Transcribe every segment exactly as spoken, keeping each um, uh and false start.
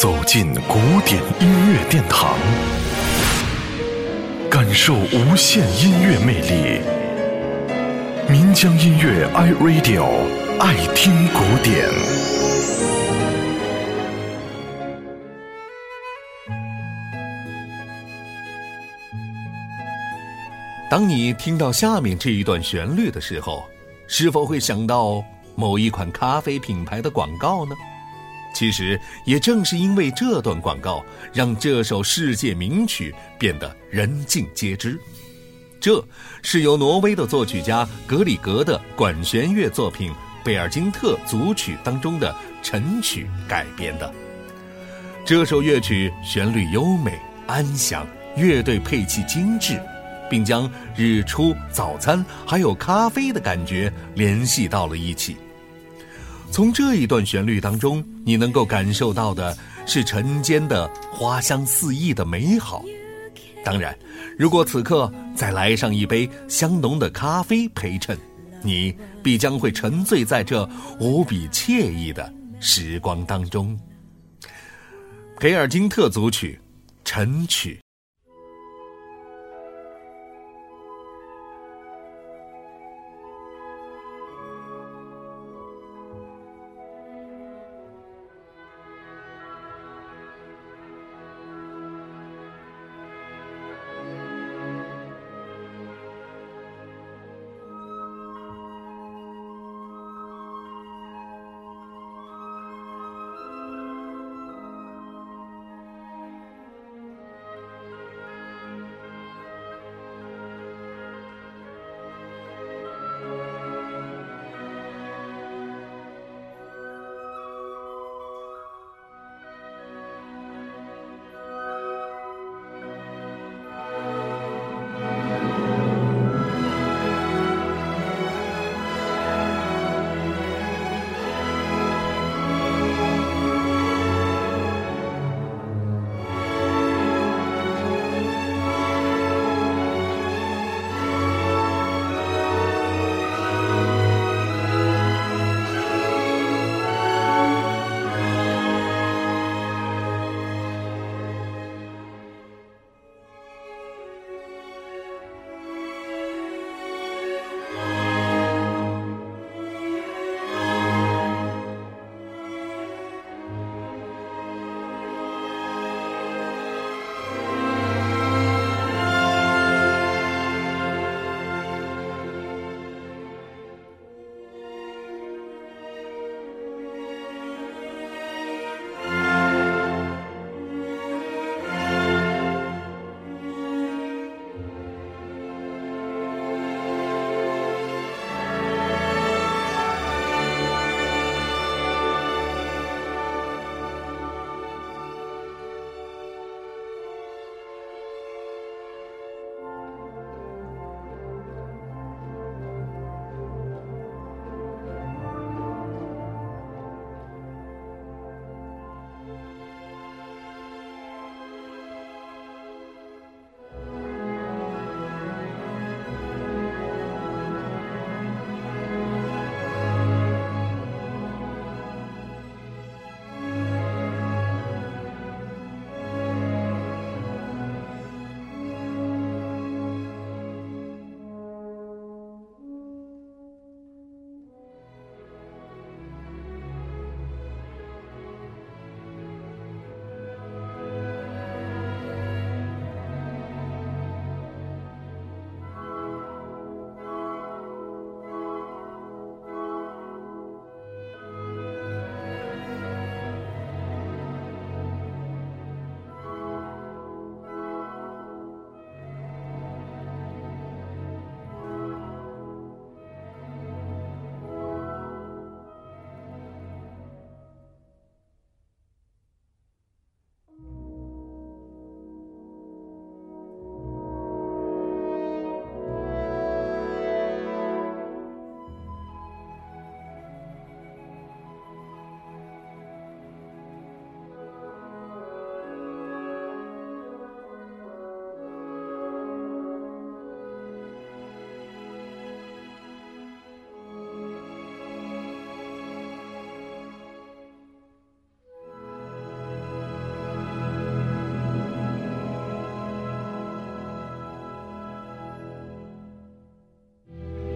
走进古典音乐殿堂，感受无限音乐魅力。民江音乐 iRadio 爱听古典。 当你听到下面这一段旋律的时候，是否会想到某一款咖啡品牌的广告呢？其实也正是因为这段广告，让这首世界名曲变得人尽皆知。这是由挪威的作曲家格里格的管弦乐作品《贝尔金特组曲》当中的晨曲改编的。这首乐曲旋律优美安详，乐队配器精致，并将日出、早餐还有咖啡的感觉联系到了一起。从这一段旋律当中，你能够感受到的是晨间的花香四溢的美好。当然，如果此刻再来上一杯香浓的咖啡陪衬，你必将会沉醉在这无比惬意的时光当中。培尔金特组曲晨曲。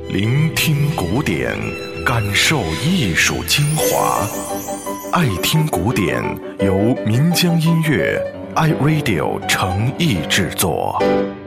聆听古典，感受艺术精华。爱听古典，由民江音乐 iRadio 诚意制作。